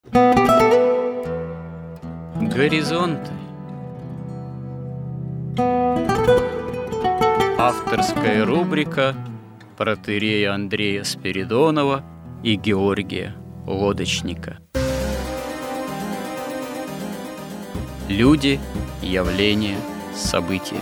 Горизонты. Авторская рубрика протоиерея Андрея Спиридонова и Георгия Лодочника. Люди, явления, события.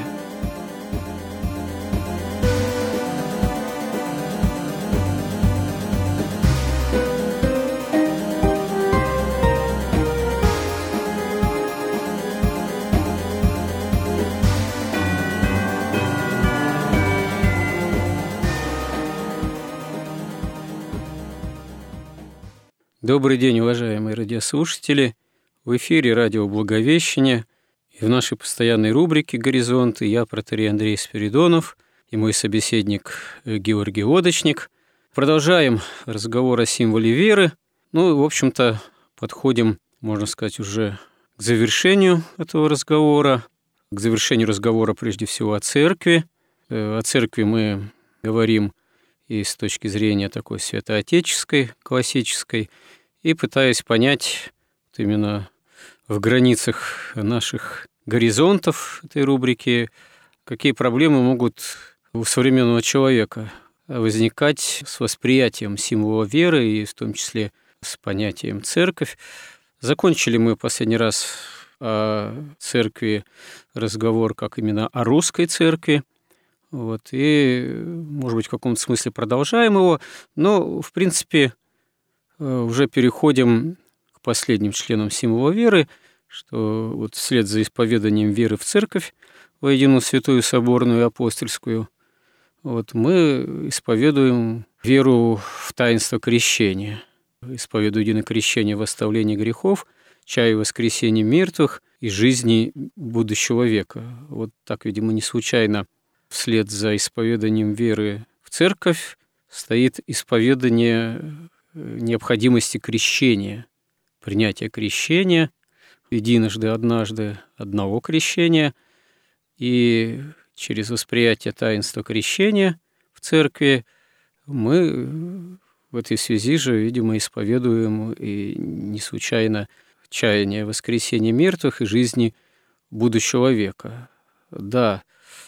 Добрый день, уважаемые радиослушатели! В эфире радио «Благовещение» и в нашей постоянной рубрике «Горизонты» я, протоиерей Андрей Спиридонов, и мой собеседник Георгий Лодочник. Продолжаем разговор о символе веры. В общем-то, подходим, можно сказать, уже к завершению этого разговора, к завершению разговора прежде всего о церкви. О церкви мы говорим и с точки зрения такой святоотеческой, классической, и пытаясь понять именно в границах наших горизонтов этой рубрики, какие проблемы могут у современного человека возникать с восприятием символа веры и в том числе с понятием «церковь». Закончили мы последний раз о церкви разговор как именно о русской церкви. И, может быть, в каком-то смысле продолжаем его, но, в принципе, уже переходим к последним членам символа веры, что вслед за исповеданием веры в церковь, воедино святую соборную и апостольскую, мы исповедуем веру в таинство крещения. Исповедуем единое крещение в оставлении грехов, чая воскресения мертвых и жизни будущего века. Так, видимо, не случайно вслед за исповеданием веры в церковь стоит исповедание необходимости крещения, принятия крещения, единожды, однажды одного крещения, и через восприятие таинства крещения в церкви мы в этой связи же, видимо, исповедуем и не случайно чаяние воскресения мертвых и жизни будущего века. Да,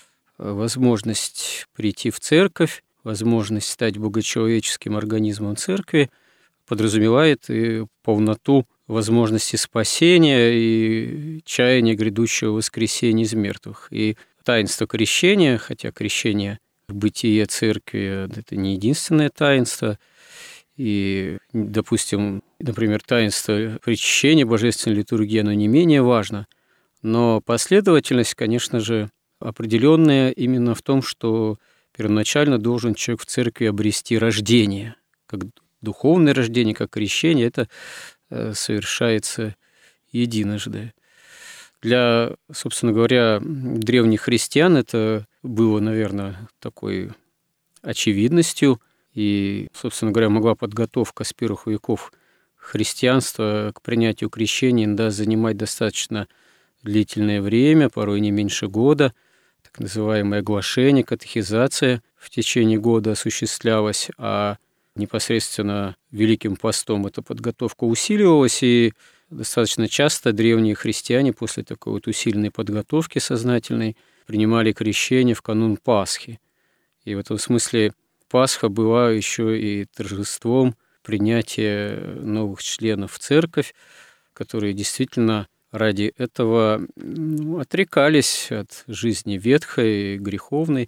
возможность прийти в церковь, возможность стать богочеловеческим организмом церкви подразумевает и полноту возможности спасения и чаяния грядущего воскресения из мертвых. И таинство крещения, хотя крещение в бытие церкви – это не единственное таинство, и, допустим, например, таинство причащения, божественной литургии, оно не менее важно, но последовательность, конечно же, определенная именно в том, что первоначально должен человек в церкви обрести рождение, как духовное рождение, как крещение, это совершается единожды. Для, собственно говоря, древних христиан это было, наверное, такой очевидностью, и, собственно говоря, могла подготовка с первых веков христианства к принятию крещения занимать достаточно длительное время, порой не меньше года. Так называемое оглашение, катехизация в течение года осуществлялась, а непосредственно Великим постом эта подготовка усиливалась, и достаточно часто древние христиане после такой усиленной подготовки сознательной принимали крещение в канун Пасхи. И в этом смысле Пасха была еще и торжеством принятия новых членов в церковь, которые действительно ради этого отрекались от жизни ветхой, греховной.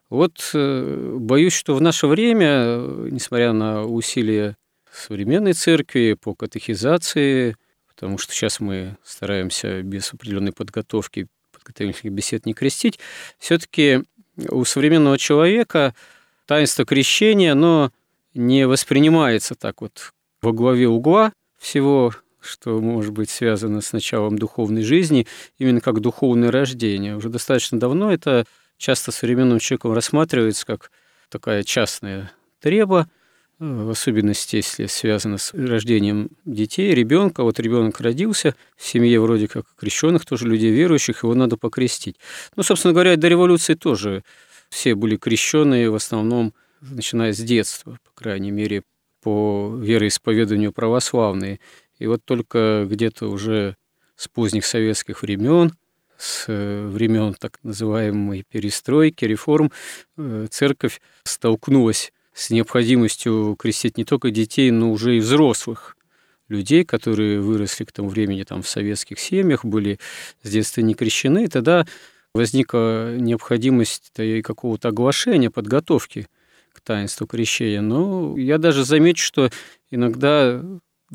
Боюсь, что в наше время, несмотря на усилия современной церкви по катехизации, потому что сейчас мы стараемся без определенной подготовки подготовительных бесед не крестить, все-таки у современного человека таинство крещения, оно не воспринимается так во главе угла всего, что может быть связано с началом духовной жизни, именно как духовное рождение. Уже достаточно давно это часто современным человеком рассматривается как такая частная треба, в особенности, если связано с рождением детей, ребенка. Ребенок родился в семье вроде как крещенных, тоже людей верующих, его надо покрестить. Собственно говоря, до революции тоже все были крещенные, в основном, начиная с детства, по крайней мере, по вероисповеданию православные. И вот только где-то уже с поздних советских времен, с времен так называемой перестройки, реформ, церковь столкнулась с необходимостью крестить не только детей, но уже и взрослых людей, которые выросли к тому времени там, в советских семьях, были с детства не крещены. И тогда возникла необходимость какого-то оглашения, подготовки к таинству крещения. Но я даже замечу, что иногда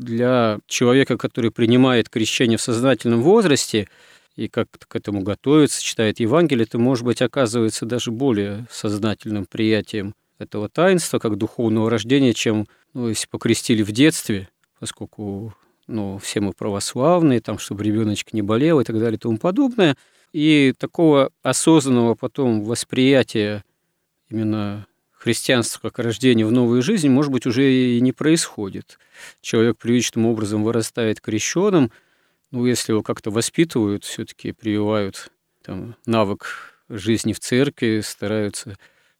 для человека, который принимает крещение в сознательном возрасте и как-то к этому готовится, читает Евангелие, это, может быть, оказывается даже более сознательным приятием этого таинства, как духовного рождения, чем если покрестили в детстве, поскольку все мы православные, там, чтобы ребеночек не болел и так далее и тому подобное. И такого осознанного потом восприятия именно христианства как рождения в новую жизнь, может быть, уже и не происходит. Человек привычным образом вырастает крещеным, если его как-то воспитывают, все-таки прививают там, навык жизни в церкви, стараются,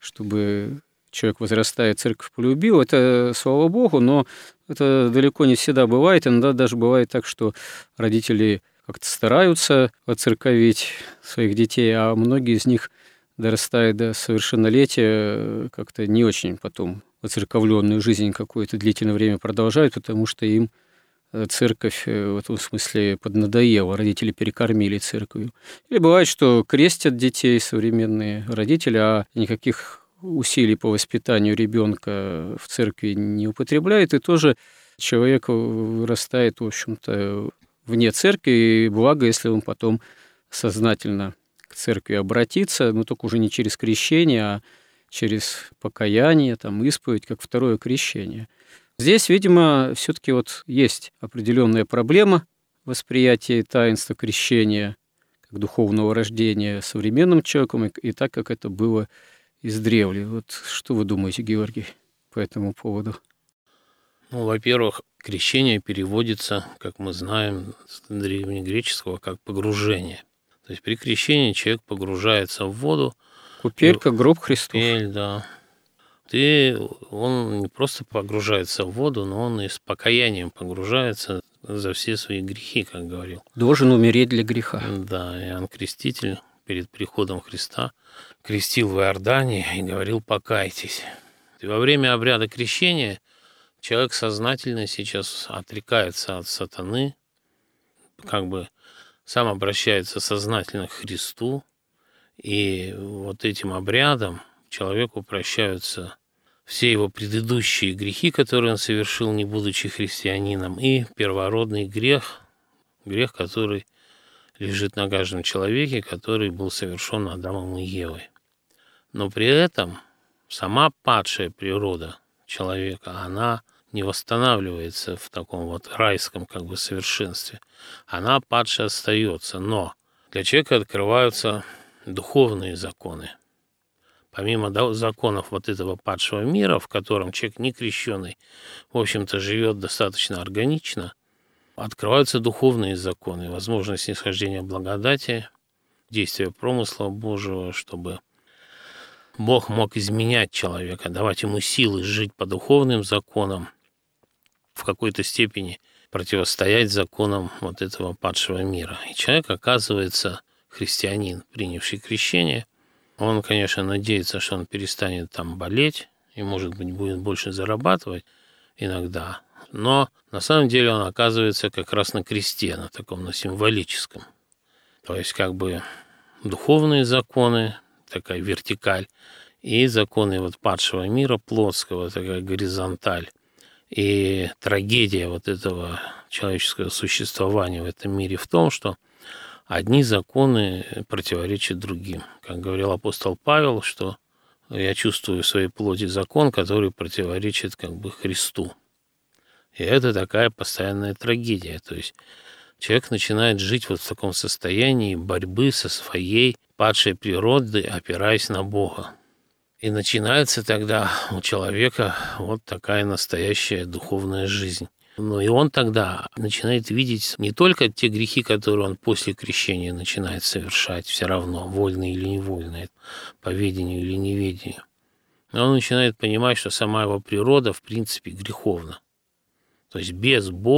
чтобы человек, возрастая, церковь полюбил, это слава Богу, но это далеко не всегда бывает. Иногда даже бывает так, что родители как-то стараются оцерковить своих детей, а многие из них, дорастая до совершеннолетия, как-то не очень потом оцерковленную жизнь какое-то длительное время продолжают, потому что им церковь в этом смысле поднадоела, родители перекормили церковью. Или бывает, что крестят детей современные родители, а никаких усилий по воспитанию ребенка в церкви не употребляют, и тоже человек вырастает, в общем-то, вне церкви, и благо, если он потом сознательно к церкви обратится, но только уже не через крещение, а через покаяние, там, исповедь, как второе крещение. Здесь, видимо, все-таки есть определенная проблема восприятия таинства крещения как духовного рождения современным человеком, и так, как это было издревле. Что вы думаете, Георгий, по этому поводу? Во-первых, крещение переводится, как мы знаем, с древнегреческого, как погружение. То есть при крещении человек погружается в воду. Купель, как гроб Христов. Купель, да. И он не просто погружается в воду, но он и с покаянием погружается за все свои грехи, как говорил. Должен умереть для греха. Да, Иоанн Креститель перед приходом Христа крестил в Иордане и говорил: покайтесь. И во время обряда крещения человек сознательно сейчас отрекается от сатаны, как бы сам обращается сознательно к Христу, и этим обрядом человеку прощаются все его предыдущие грехи, которые он совершил, не будучи христианином, и первородный грех, который лежит на каждом человеке, который был совершен Адамом и Евой. Но при этом сама падшая природа человека, она не восстанавливается в таком райском совершенстве. Она падшей остается, но для человека открываются духовные законы. Помимо законов этого падшего мира, в котором человек не крещеный, в общем-то, живет достаточно органично, открываются духовные законы, возможность снисхождения благодати, действия промысла Божьего, чтобы Бог мог изменять человека, давать ему силы жить по духовным законам, в какой-то степени противостоять законам этого падшего мира. И человек оказывается христианин, принявший крещение. Он, конечно, надеется, что он перестанет болеть и, может быть, будет больше зарабатывать иногда. Но на самом деле он оказывается как раз на кресте, на таком, символическом. То есть духовные законы, такая вертикаль, и законы падшего мира плотского, такая горизонталь. И трагедия этого человеческого существования в этом мире в том, что одни законы противоречат другим. Как говорил апостол Павел, что я чувствую в своей плоти закон, который противоречит Христу. И это такая постоянная трагедия. То есть человек начинает жить в таком состоянии борьбы со своей падшей природой, опираясь на Бога. И начинается тогда у человека такая настоящая духовная жизнь. Но и он тогда начинает видеть не только те грехи, которые он после крещения начинает совершать, все равно, вольные или невольные, по ведению или неведению. Но он начинает понимать, что сама его природа, в принципе, греховна. То есть без Бога,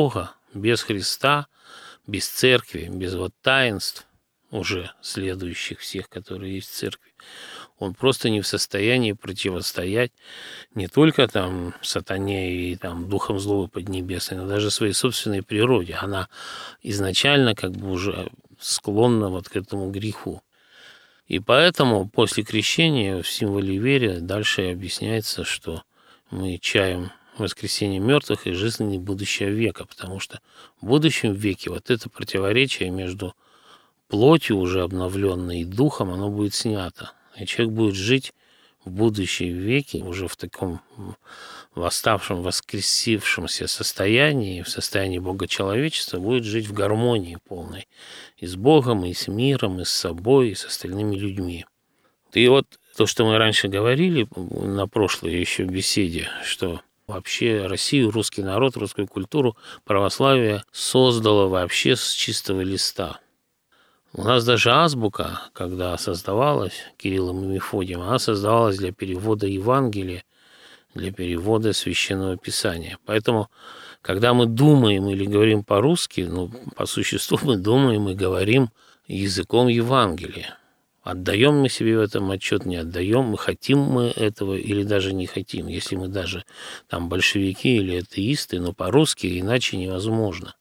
без Христа, без церкви, без вот таинств, уже следующих всех, которые есть в церкви, он просто не в состоянии противостоять не только там сатане и там духам злого поднебесной, но даже своей собственной природе. Она изначально как бы уже склонна вот к этому греху. И поэтому после крещения в символе веры дальше объясняется, что мы чаем воскресение мертвых и жизнь будущего века, потому что в будущем веке вот это противоречие между плотью уже обновленной и духом, оно будет снято. И человек будет жить в будущем веке уже в таком восставшем, воскресившемся состоянии, в состоянии богочеловечества, будет жить в гармонии полной и с Богом, и с миром, и с собой, и с остальными людьми. И вот то, что мы раньше говорили на прошлой еще беседе, что вообще Россию, русский народ, русскую культуру православие создало вообще с чистого листа. У нас даже азбука, когда создавалась Кириллом и Мефодием, она создавалась для перевода Евангелия, для перевода Священного Писания. Поэтому, когда мы думаем или говорим по-русски, по существу мы думаем и говорим языком Евангелия. Отдаем мы себе в этом отчет, не отдаем, мы хотим мы этого или даже не хотим. Если мы даже там большевики или атеисты, но по-русски иначе невозможно.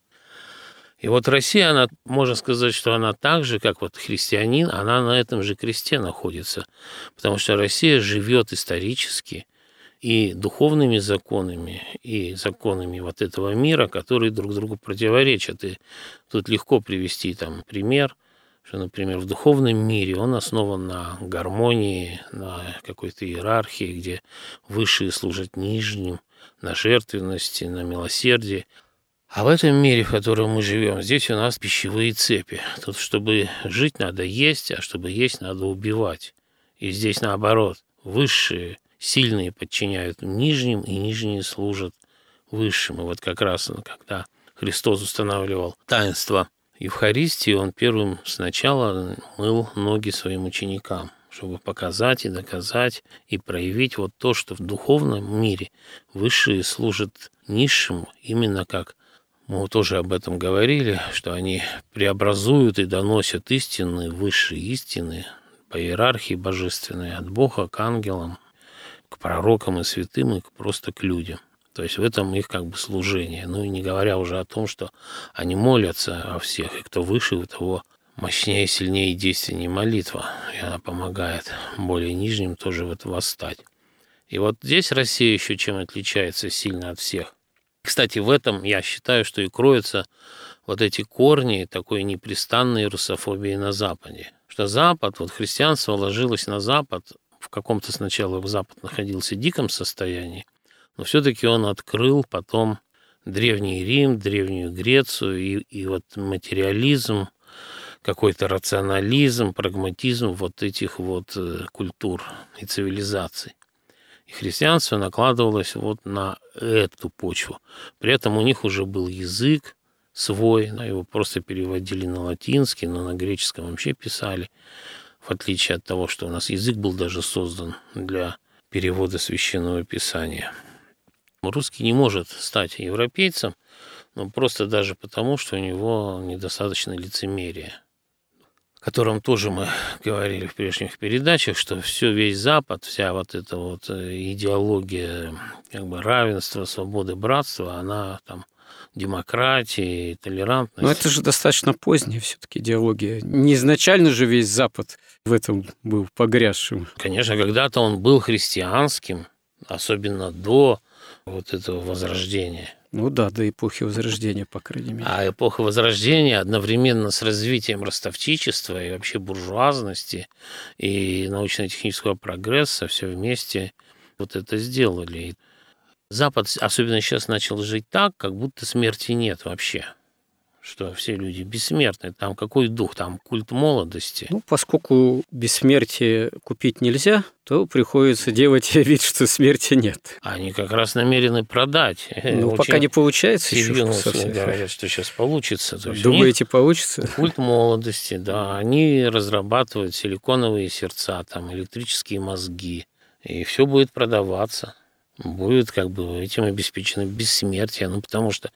И вот Россия, она, можно сказать, что она так же, как вот христианин, она на этом же кресте находится, потому что Россия живет исторически и духовными законами, и законами вот этого мира, которые друг другу противоречат. И тут легко привести там пример, что, например, в духовном мире он основан на гармонии, на какой-то иерархии, где высшие служат нижним, на жертвенности, на милосердии. А в этом мире, в котором мы живем, здесь у нас пищевые цепи. Тут, чтобы жить, надо есть, а чтобы есть, надо убивать. И здесь наоборот. Высшие, сильные подчиняют нижним, и нижние служат высшим. И вот как раз, когда Христос устанавливал таинство Евхаристии, он первым сначала мыл ноги своим ученикам, чтобы показать и доказать, и проявить вот то, что в духовном мире высшие служат низшим, именно как мы тоже об этом говорили, что они преобразуют и доносят истины, высшие истины по иерархии божественной, от Бога к ангелам, к пророкам и святым, и просто к людям. То есть в этом их как бы служение. Ну и не говоря уже о том, что они молятся о всех, и кто выше, у того мощнее, сильнее и действеннее молитва, и она помогает более нижним тоже вот восстать. И вот здесь Россия еще чем отличается сильно от всех. Кстати, в этом, я считаю, что и кроются вот эти корни такой непрестанной русофобии на Западе. Что Запад, вот христианство ложилось на Запад, в каком-то сначала Запад находился в диком состоянии, но все-таки он открыл потом Древний Рим, Древнюю Грецию, и вот материализм, какой-то рационализм, прагматизм вот этих вот культур и цивилизаций. И христианство накладывалось вот на эту почву. При этом у них уже был язык свой, его просто переводили на латинский, но на греческом вообще писали, в отличие от того, что у нас язык был даже создан для перевода Священного Писания. Русский не может стать европейцем, но просто даже потому, что у него недостаточно лицемерия, о котором тоже мы говорили в прежних передачах, что весь Запад, вся вот эта вот идеология как бы равенства, свободы, братства, она там демократии, толерантности. Но это же достаточно поздняя все-таки идеология. Не изначально же весь Запад в этом был погрязшим. Конечно, когда-то он был христианским, особенно до вот этого Возрождения. Ну да, до эпохи Возрождения, по крайней мере. А эпоха Возрождения одновременно с развитием ростовчичества и вообще буржуазности и научно-технического прогресса все вместе вот это сделали. Запад, особенно сейчас, начал жить так, как будто смерти нет вообще. Что все люди бессмертны. Там какой дух? Там культ молодости. Ну, поскольку бессмертие купить нельзя, то приходится делать вид, что смерти нет. Они как раз намерены продать. Ну, пока не получается еще. Говорят, что сейчас получится. Думаете, получится? Культ молодости, да. Они разрабатывают силиконовые сердца, там, электрические мозги. И все будет продаваться. Будет как бы этим обеспечено бессмертие. Ну, потому что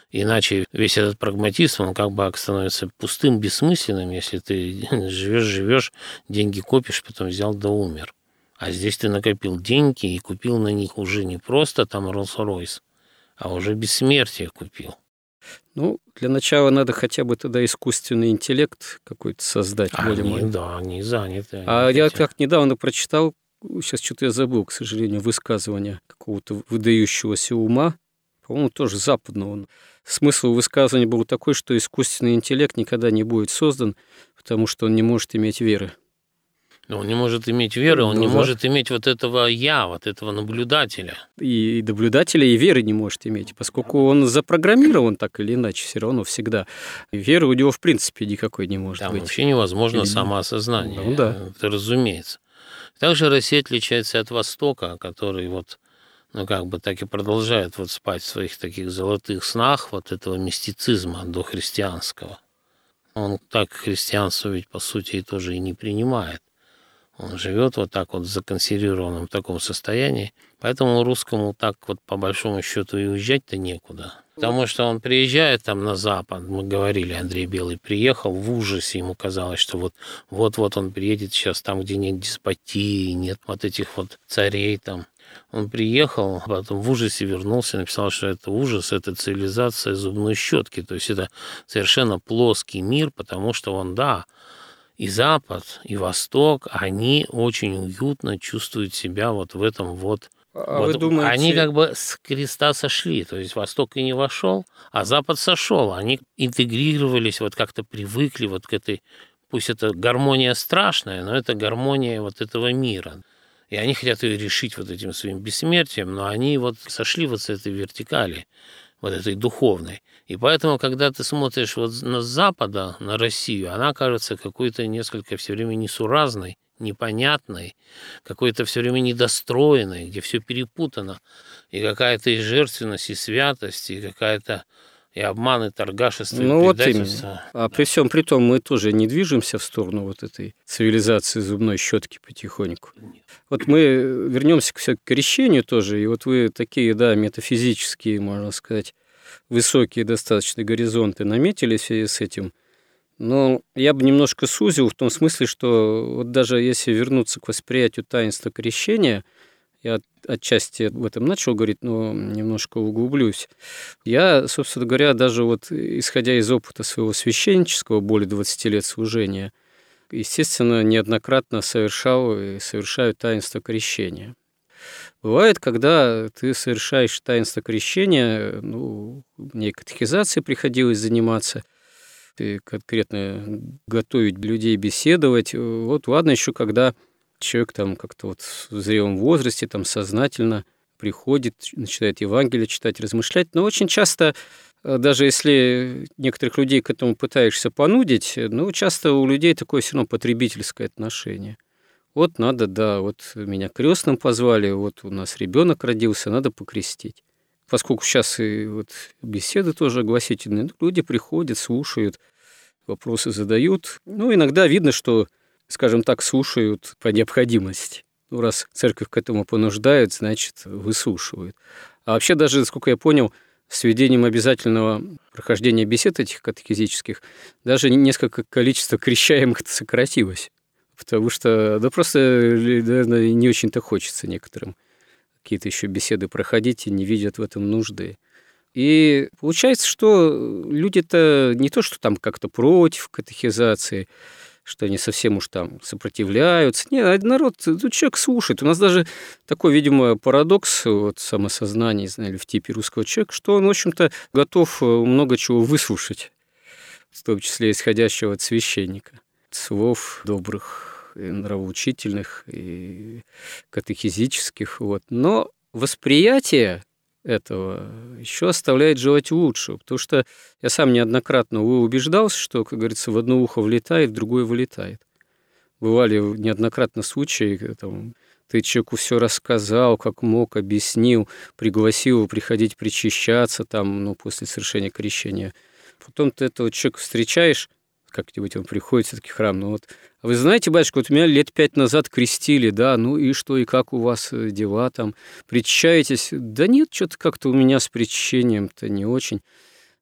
Иначе весь этот прагматизм, он как бы становится пустым, бессмысленным, если ты живешь, деньги копишь, потом взял да умер. А здесь ты накопил деньги и купил на них уже не просто там Rolls-Royce, а уже бессмертие купил. Ну, для начала надо хотя бы тогда искусственный интеллект какой-то создать. Они заняты. Я как недавно прочитал, сейчас что-то я забыл, к сожалению, высказывание какого-то выдающегося ума, по-моему, тоже западного. Смысл высказывания был такой, что искусственный интеллект никогда не будет создан, потому что он не может иметь веры. Он не может иметь веры, он не может иметь вот этого «я», вот этого наблюдателя. И наблюдателя, и веры не может иметь, поскольку он запрограммирован так или иначе, все равно всегда. И веры у него в принципе никакой не может быть. Там вообще невозможно самоосознание, Ну, да. Это разумеется. Также Россия отличается от Востока, который так и продолжает спать в своих таких золотых снах этого мистицизма дохристианского. Он так христианство ведь по сути и тоже и не принимает. Он живет в законсервированном таком состоянии, поэтому русскому так по большому счету и уезжать-то некуда. Потому что он приезжает там на Запад, мы говорили, Андрей Белый приехал в ужасе, ему казалось, что вот он приедет сейчас там, где нет деспотии, нет этих царей там. Он приехал, потом в ужасе вернулся, написал, что это ужас, это цивилизация зубной щетки, то есть это совершенно плоский мир, потому что и Запад, и Восток, они очень уютно чувствуют себя в этом вы думаете... Они как бы с креста сошли, то есть Восток и не вошел, а Запад сошел. Они интегрировались, как-то привыкли к этой, пусть это гармония страшная, но это гармония этого мира. И они хотят ее решить этим своим бессмертием, но они сошли с этой вертикали, этой духовной. И поэтому, когда ты смотришь с Запада на Россию, она кажется какой-то несколько все время несуразной, непонятной, какой-то все время недостроенной, где все перепутано. И какая-то и жертвенность, и святость, и какая-то и обман, и торгашество, и предательство. Именно. А при всем при том мы тоже не движемся в сторону этой цивилизации зубной щетки потихоньку. Мы вернемся к крещению тоже, и вы такие, метафизические, можно сказать, высокие достаточно горизонты наметили в связи с этим. Но я бы немножко сузил в том смысле, что даже если вернуться к восприятию таинства крещения, я отчасти в этом начал говорить, но немножко углублюсь. Я, собственно говоря, даже исходя из опыта своего священнического, более 20 лет служения, естественно, неоднократно совершал и совершаю таинство крещения. Бывает, когда ты совершаешь таинство крещения, мне катехизацией приходилось заниматься, и конкретно готовить людей, беседовать. Ладно еще, когда человек как-то в зрелом возрасте, сознательно приходит, начинает Евангелие читать, размышлять. Но очень часто, даже если некоторых людей к этому пытаешься понудить, часто у людей такое все равно потребительское отношение. Надо, меня крестным позвали, у нас ребенок родился, надо покрестить. Поскольку сейчас и беседы тоже огласительные, люди приходят, слушают, вопросы задают. Иногда видно, что, скажем так, слушают по необходимости. Раз церковь к этому понуждает, значит, выслушивают. А вообще даже, насколько я понял, с введением обязательного прохождения бесед этих катехизических, даже несколько количество крещаемых сократилось. Потому что, просто, наверное, не очень-то хочется некоторым какие-то еще беседы проходить и не видят в этом нужды. И получается, что люди-то не то, что как-то против катехизации, что они совсем уж сопротивляются. Нет, народ, человек слушает. У нас даже такой, видимо, парадокс самосознания, в типе русского человека, что он, в общем-то, готов много чего выслушать, в том числе исходящего от священника. Слов добрых, и нравоучительных, и катехизических. Но восприятие этого еще оставляет желать лучшего, потому что я сам неоднократно убеждался, что, как говорится, в одно ухо влетает, в другое вылетает. Бывали неоднократно случаи, когда ты человеку все рассказал, как мог, объяснил, пригласил его приходить причащаться после совершения крещения. Потом ты этого человека встречаешь, как-нибудь он приходит все-таки в храм. А вы знаете, батюшка, меня лет 5 назад крестили, и что, и как у вас дела причащаетесь? Да нет, что-то как-то у меня с причащением-то не очень.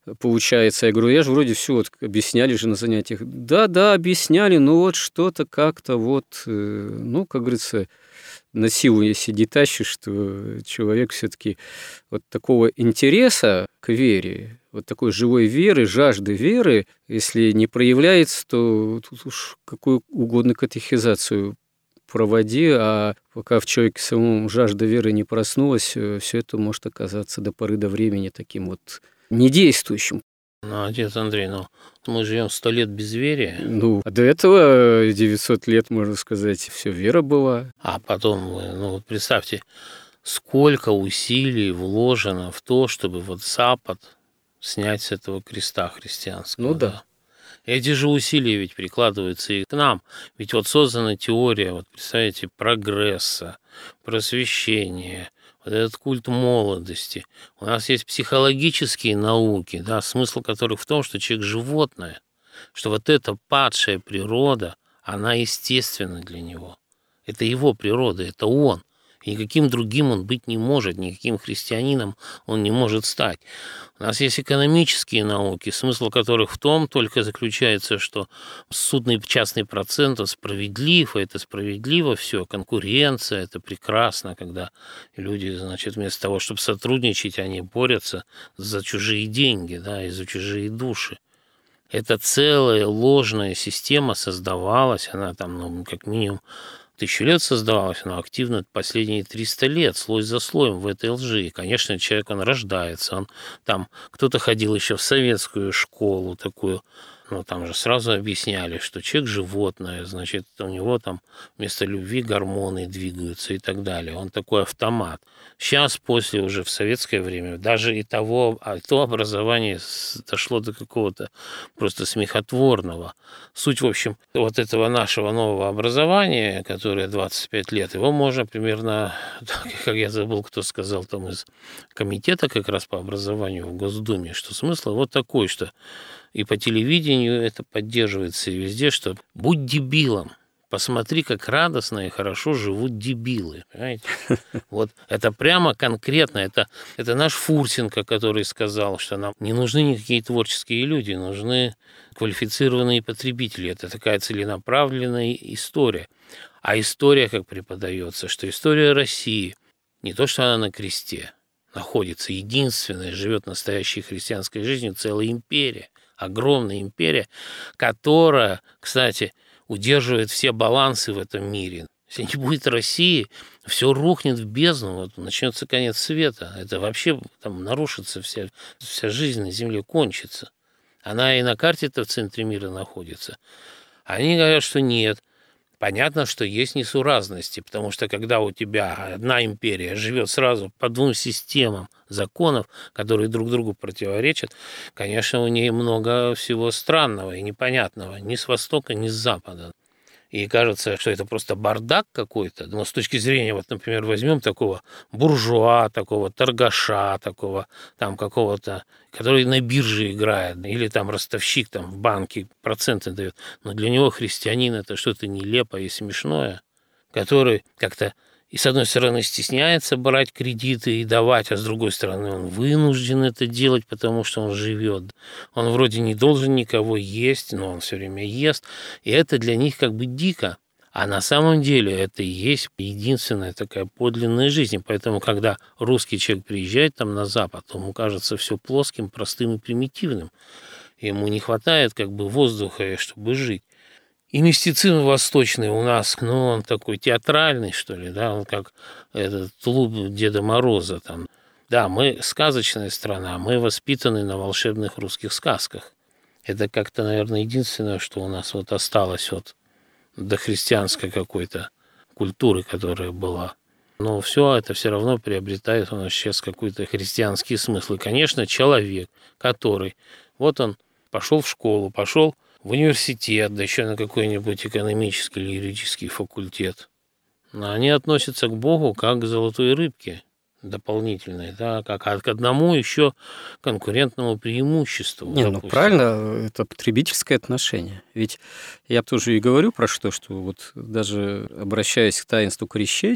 получается. Я говорю, я же вроде все вот объясняли же на занятиях. Да, объясняли, но вот что-то как-то вот, ну, как говорится, на силу, если не тащишь, что человек все-таки вот такого интереса к вере, вот такой живой веры, жажды веры, если не проявляется, то тут уж какую угодно катехизацию проводи, а пока в человеке самому жажда веры не проснулась, все это может оказаться до поры до времени таким вот недействующим. Ну, отец Андрей, мы живем 100 лет безверия. Ну, а до этого 900 лет, можно сказать, все вера была. А потом, представьте, сколько усилий вложено в то, чтобы вот Запад снять с этого креста христианского. Ну да. Эти же усилия ведь прикладываются и к нам. Ведь вот создана теория, вот представляете, прогресса, просвещения, вот этот культ молодости. У нас есть психологические науки, да, смысл которых в том, что человек – животное, что вот эта падшая природа, она естественна для него. Это его природа, это он. И никаким другим он быть не может, никаким христианином он не может стать. У нас есть экономические науки, смысл которых в том только заключается, что судный частный процент справедлив, и это справедливо все, конкуренция, это прекрасно, когда люди, значит, вместо того, чтобы сотрудничать, они борются за чужие деньги, да, и за чужие души. Эта целая ложная система создавалась, она там, как минимум, 1000 лет создавалась, но активно последние 300 лет, слой за слоем в этой лжи. И, конечно, человек, он рождается, он там, кто-то ходил еще в советскую школу такую, там же сразу объясняли, что человек животное, значит, у него там вместо любви гормоны двигаются и так далее. Он такой автомат. Сейчас, после уже в советское время, даже то образование дошло до какого-то просто смехотворного. Суть, в общем, вот этого нашего нового образования, которое 25 лет, его можно примерно, как я забыл, кто сказал там из комитета как раз по образованию в Госдуме, что смысл вот такой, что и по телевидению это поддерживается, и везде, что будь дебилом, посмотри, как радостно и хорошо живут дебилы. Понимаете? Вот это прямо конкретно, это наш Фурсенко, который сказал, что нам не нужны никакие творческие люди, нужны квалифицированные потребители. Это такая целенаправленная история. А история, как преподается, что история России, не то, что она на кресте находится, единственная, живет настоящей христианской жизнью, целая империя. Огромная империя, которая, кстати, удерживает все балансы в этом мире. Если не будет России, все рухнет в бездну, вот начнется конец света. Это вообще там нарушится вся жизнь на Земле, кончится. Она и на карте-то в центре мира находится. Они говорят, что нет. Понятно, что есть несуразности, потому что когда у тебя одна империя живет сразу по двум системам законов, которые друг другу противоречат, конечно, у нее много всего странного и непонятного ни с Востока, ни с Запада. И кажется, что это просто бардак какой-то. Но с точки зрения, вот, например, возьмем такого буржуа, такого торгаша, такого там какого-то, который на бирже играет, или там ростовщик там в банке проценты дает. Но для него христианин – это что-то нелепое и смешное, который как-то и с одной стороны стесняется брать кредиты и давать, а с другой стороны он вынужден это делать, потому что он живет. Он вроде не должен никого есть, но он все время ест. И это для них как бы дико. А на самом деле это и есть единственная такая подлинная жизнь. Поэтому, когда русский человек приезжает там на Запад, то ему кажется все плоским, простым и примитивным. Ему не хватает как бы воздуха, чтобы жить. И мистицизм восточный у нас, он такой театральный, что ли, да, он как этот тулуп Деда Мороза там. Да, мы сказочная страна, мы воспитаны на волшебных русских сказках. Это как-то, наверное, единственное, что у нас вот осталось от дохристианской какой-то культуры, которая была. Но все это все равно приобретает у нас сейчас какой-то христианский смысл. И, конечно, человек, который, вот он пошел в школу, пошел в университет, да еще на какой-нибудь экономический или юридический факультет. Но они относятся к Богу как к золотой рыбке дополнительной, да, как к одному еще конкурентному преимуществу. Правильно, это потребительское отношение. Ведь я тоже и говорю про что вот даже обращаясь к таинству крещения,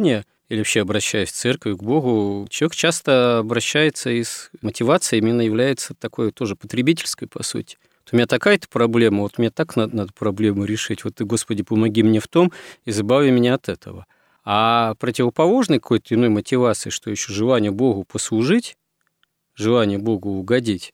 или вообще обращаясь в церковь, к Богу, человек часто обращается из мотивации, именно является такой тоже потребительской, по сути. Вот у меня такая-то проблема, вот мне так надо проблему решить, вот ты, Господи, помоги мне в том, избави меня от этого. А противоположной какой-то иной мотивации, что еще желание Богу послужить, желание Богу угодить,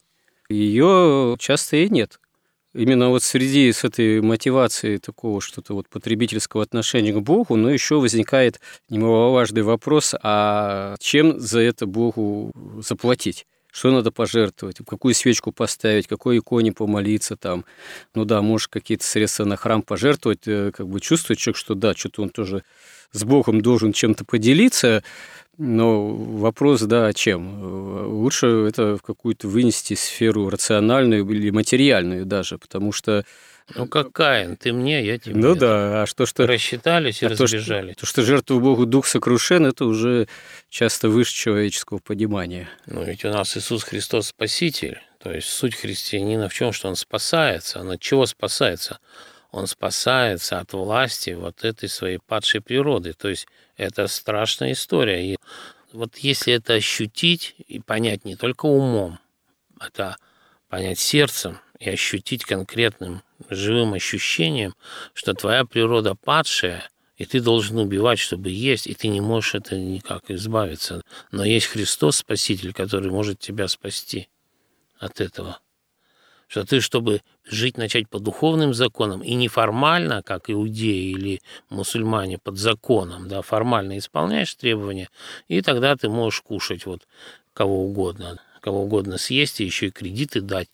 ее часто и нет. Именно вот среди с этой мотивации такого что-то вот потребительского отношения к Богу, но еще возникает немаловажный вопрос, а чем за это Богу заплатить? Что надо пожертвовать, какую свечку поставить, какой иконе помолиться там. Ну да, можешь какие-то средства на храм пожертвовать, как бы чувствует человек, что да, что-то он тоже с Богом должен чем-то поделиться, но вопрос, да, чем? Лучше это в какую-то вынести сферу рациональную или материальную даже, потому что... Ну, как Каин, ты мне, я тебе. Ну да, а что... Рассчитались и разбежались. То, что жертву Богу дух сокрушен, это уже часто выше человеческого понимания. Ну, ведь у нас Иисус Христос Спаситель, то есть суть христианина в чем, что он спасается. Он от чего спасается? Он спасается от власти вот этой своей падшей природы. То есть это страшная история. И вот если это ощутить и понять не только умом, это понять сердцем и ощутить конкретным живым ощущением, что твоя природа падшая, и ты должен убивать, чтобы есть, и ты не можешь это никак избавиться. Но есть Христос, Спаситель, который может тебя спасти от этого. Что ты, чтобы жить, начать по духовным законам, и не формально, как иудеи или мусульмане, под законом, да, формально исполняешь требования, и тогда ты можешь кушать вот кого угодно съесть, и еще и кредиты дать,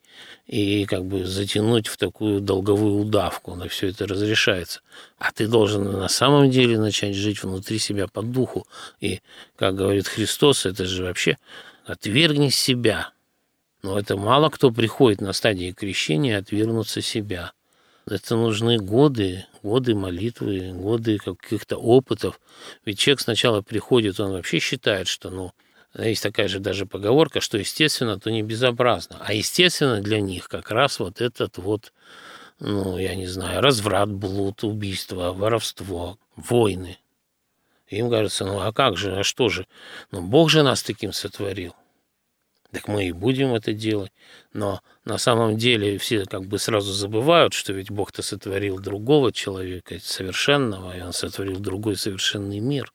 и как бы затянуть в такую долговую удавку, на все это разрешается. А ты должен на самом деле начать жить внутри себя по духу. И, как говорит Христос, это же вообще отвергни себя. Но это мало кто приходит на стадии крещения отвергнуться себя. Это нужны годы молитвы, годы каких-то опытов. Ведь человек сначала приходит, он вообще считает, что, есть такая же даже поговорка, что естественно, то не безобразно. А естественно для них как раз вот этот вот, разврат, блуд, убийство, воровство, войны. И им кажется, а как же, а что же? Бог же нас таким сотворил. Так мы и будем это делать. Но на самом деле все как бы сразу забывают, что ведь Бог-то сотворил другого человека, совершенного, и Он сотворил другой совершенный мир.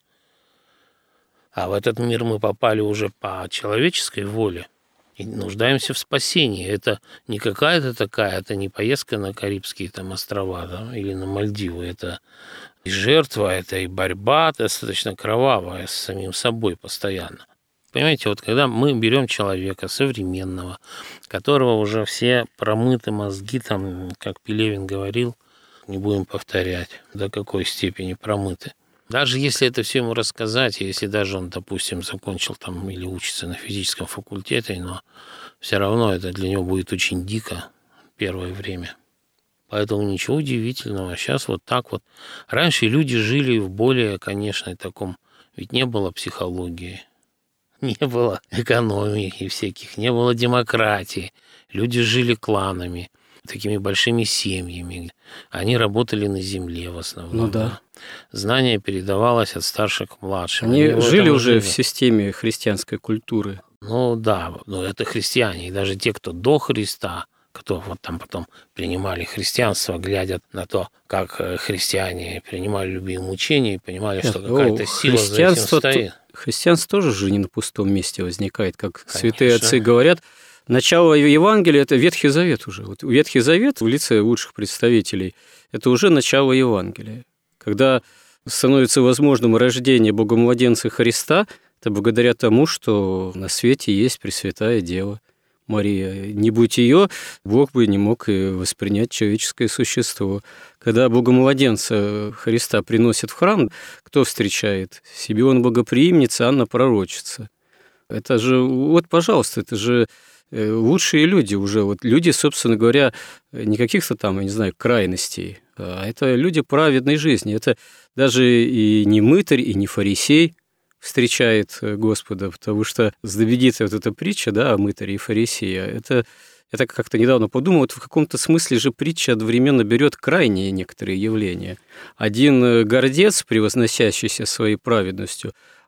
А в этот мир мы попали уже по человеческой воле и нуждаемся в спасении. Это не какая-то такая, это не поездка на Карибские острова, да, или на Мальдивы. Это и жертва, это и борьба достаточно кровавая с самим собой постоянно. Понимаете, вот когда мы берем человека современного, которого уже все промыты мозги, как Пелевин говорил, не будем повторять, до какой степени промыты. Даже если это все ему рассказать, если даже он, допустим, закончил или учится на физическом факультете, но все равно это для него будет очень дико первое время. Поэтому ничего удивительного. Сейчас вот так вот. Раньше люди жили в более, конечно, таком... Ведь не было психологии. Не было экономики всяких, не было демократии. Люди жили кланами, такими большими семьями. Они работали на земле в основном. Ну да. Знание передавалось от старших к младшим. Они жили уже в системе христианской культуры. Ну да, это христиане. И даже те, кто до Христа, кто потом принимали христианство, глядя на то, как христиане принимали любые мучения и понимали, что какая-то сила за этим стоит. Христианство тоже же не на пустом месте возникает, как конечно. Святые отцы говорят. Начало Евангелия – это Ветхий Завет уже. Вот Ветхий Завет в лице лучших представителей – это уже начало Евангелия. Когда становится возможным рождение Богомладенца Христа, это благодаря тому, что на свете есть Пресвятая Дева Мария. Не будь ее, Бог бы не мог и воспринять человеческое существо. Когда Богомладенца Христа приносят в храм, кто встречает? Симеон Богоприимница, Анна Пророчица. Это же, пожалуйста, это же лучшие люди уже. Люди, собственно говоря, не каких-то крайностей, а это люди праведной жизни. Это даже и не мытарь, и не фарисей встречает Господа, потому что знаменитая вот эта притча, о мытаре и фарисее, я так как-то недавно подумал, в каком-то смысле же притча одновременно берет крайние некоторые явления. Один гордец, превозносящийся своей праведностью,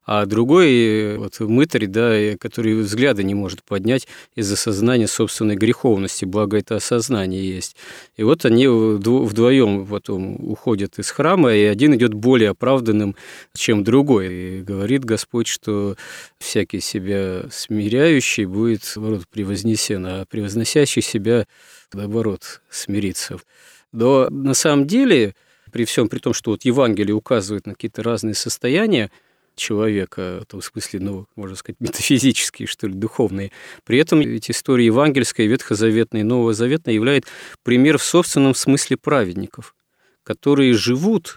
а другой вот мытарь, да, который взгляда не может поднять из-за сознания собственной греховности, благо это осознание есть. И вот они вдвоем потом уходят из храма, и один идет более оправданным, чем другой. И говорит Господь, что всякий себя смиряющий будет, наоборот, превознесен, а превозносящий себя, наоборот, смирится. Но на самом деле, при всем при том, что вот Евангелие указывает на какие-то разные состояния человека, в смысле, можно сказать, метафизические, что ли, духовные, при этом ведь история евангельская, ветхозаветная и новозаветная являет пример в собственном смысле праведников, которые живут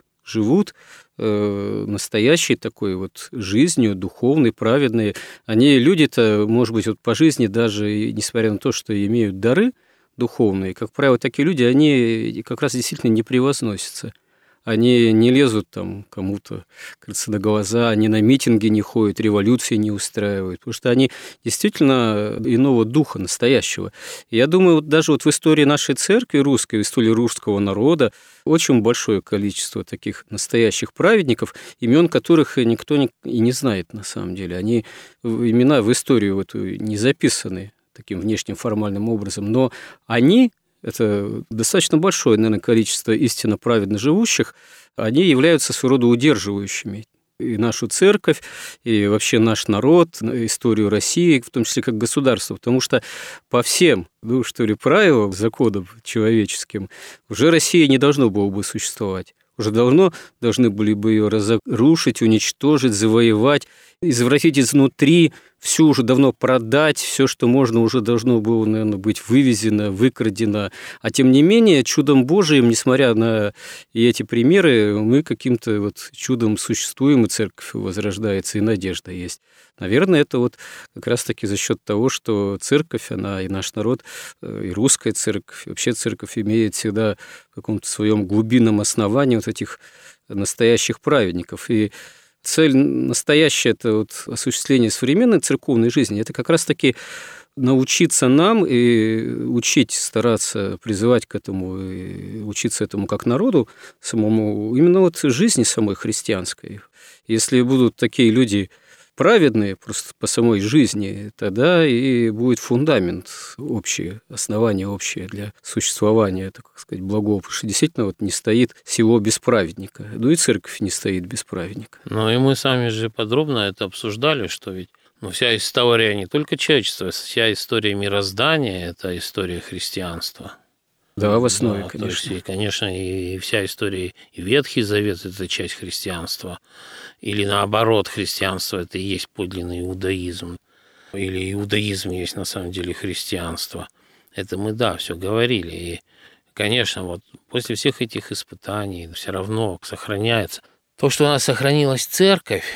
настоящей такой вот жизнью, духовной, праведной. Они, люди-то, может быть, вот по жизни даже, несмотря на то, что имеют дары духовные, как правило, такие люди, они как раз действительно не превозносятся. Они не лезут там кому-то, кажется, на глаза, они на митинги не ходят, революции не устраивают, потому что они действительно иного духа, настоящего. И я думаю, вот даже вот в истории нашей церкви русской, в истории русского народа, очень большое количество таких настоящих праведников, имен которых никто и не знает на самом деле. Они имена в историю эту не записаны таким внешним формальным образом, но они... Это достаточно большое, наверное, количество истинно праведно живущих, они являются своего рода удерживающими и нашу церковь, и вообще наш народ, историю России, в том числе как государство, потому что по всем, что ли, правилам, законам человеческим, уже Россия не должно было бы существовать. Уже давно должны были бы ее разрушить, уничтожить, завоевать, извратить изнутри, всю уже давно продать, все, что можно, уже должно было, наверное, быть вывезено, выкрадено. А тем не менее, чудом Божиим, несмотря на и эти примеры, мы каким-то вот чудом существуем, и церковь возрождается, и надежда есть. Наверное, это вот как раз-таки за счет того, что церковь, она и наш народ, и русская церковь, и вообще церковь имеет всегда в каком-то своем глубинном основании вот этих настоящих праведников. И цель настоящая – это вот осуществление современной церковной жизни, это как раз-таки научиться нам и учить, стараться призывать к этому, и учиться этому как народу самому, именно вот жизни самой христианской. Если будут такие люди праведные просто по самой жизни, тогда и будет фундамент общий, основание общее для существования, так сказать, благого, потому что действительно вот не стоит село без праведника, ну и церковь не стоит без праведника. Ну и мы сами же подробно это обсуждали, что ведь вся история не только человечества, вся история мироздания – это история христианства. Да, в основе, да, конечно. То есть, конечно, и вся история, и Ветхий Завет – это часть христианства, или наоборот, христианство – это и есть подлинный иудаизм, или иудаизм есть на самом деле христианство. Это мы, да, все говорили. И, конечно, вот после всех этих испытаний все равно сохраняется. То, что у нас сохранилась церковь,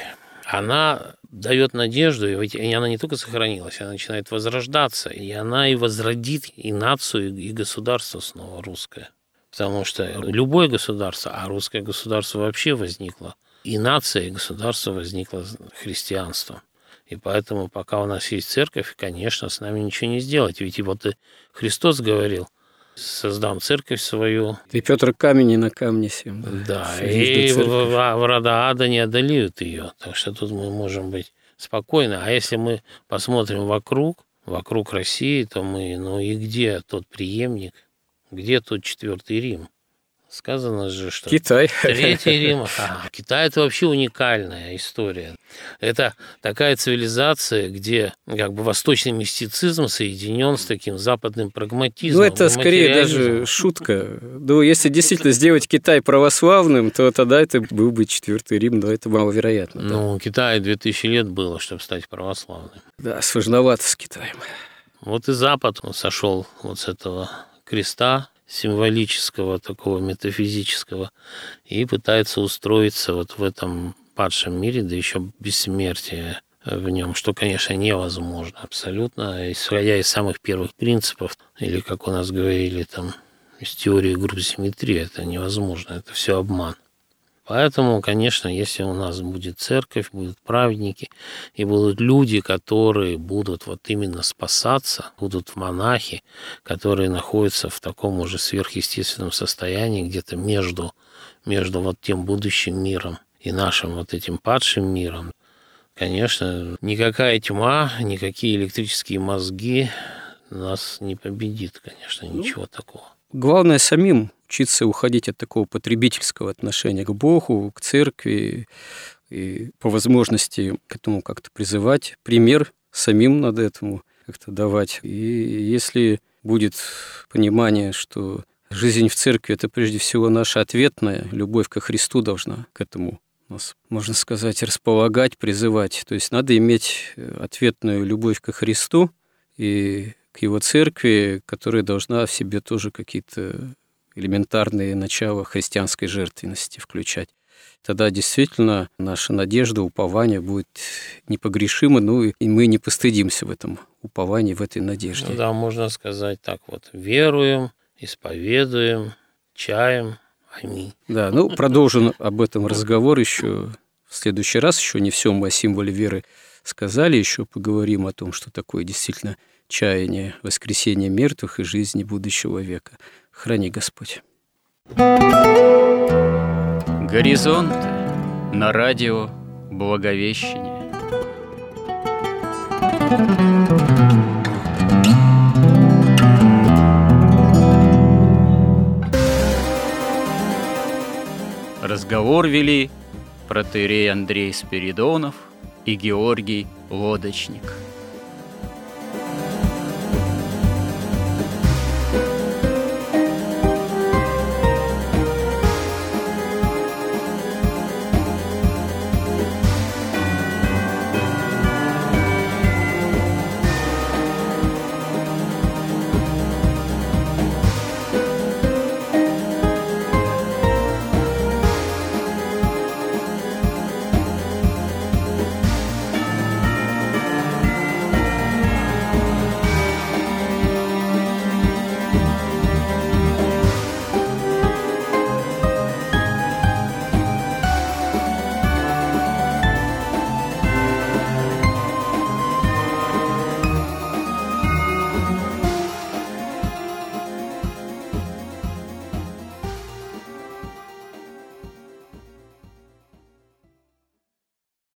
она дает надежду, и она не только сохранилась, она начинает возрождаться, и она и возродит и нацию, и государство снова русское. Потому что любое государство, а русское государство вообще возникло, и нация, и государство возникло христианством. И поэтому, пока у нас есть церковь, конечно, с нами ничего не сделать. Ведь и вот и Христос говорил: создам церковь свою. И Петр камень и на камне сем. Да, и врата ада не одолеют ее. Так что тут мы можем быть спокойны. А если мы посмотрим вокруг России, то мы, и где тот преемник, где тот Четвертый Рим? Сказано же, что Китай. Третий Рим. Китай – это вообще уникальная история. Это такая цивилизация, где как бы восточный мистицизм соединен с таким западным прагматизмом. Это скорее даже шутка. Если действительно сделать Китай православным, то тогда это был бы Четвертый Рим, но это маловероятно. Да. Китаю 2000 лет было, чтобы стать православным. Да, сложновато с Китаем. Вот и Запад сошел вот с этого креста символического, такого метафизического, и пытается устроиться вот в этом падшем мире, да еще бессмертие в нем, что, конечно, невозможно абсолютно, исходя из самых первых принципов, или, как у нас говорили, там, из теории групп симметрии, это невозможно, это все обман. Поэтому, конечно, если у нас будет церковь, будут праведники, и будут люди, которые будут вот именно спасаться, будут монахи, которые находятся в таком уже сверхъестественном состоянии, где-то между вот тем будущим миром и нашим вот этим падшим миром, Конечно, никакая тьма, никакие электрические мозги нас не победит, конечно, ничего такого. Главное самим учиться уходить от такого потребительского отношения к Богу, к церкви, и по возможности к этому как-то призывать. Пример самим надо этому как-то давать. И если будет понимание, что жизнь в церкви – это прежде всего наша ответная любовь ко Христу должна к этому нас, можно сказать, располагать, призывать. То есть надо иметь ответную любовь ко Христу и к Его церкви, которая должна в себе тоже какие-то элементарные начала христианской жертвенности включать. Тогда действительно наша надежда, упование будет непогрешимо, и мы не постыдимся в этом уповании, в этой надежде. Ну да, можно сказать так вот: веруем, исповедуем, чаем. Аминь. Да, продолжим об этом разговор еще в следующий раз. Еще не все мы о символе веры сказали, еще поговорим о том, что такое действительно чаяние, воскресение мертвых и жизни будущего века. Храни Господь. Горизонты на радио Благовещение. Разговор вели протоиерей Андрей Спиридонов и Георгий Лодочник.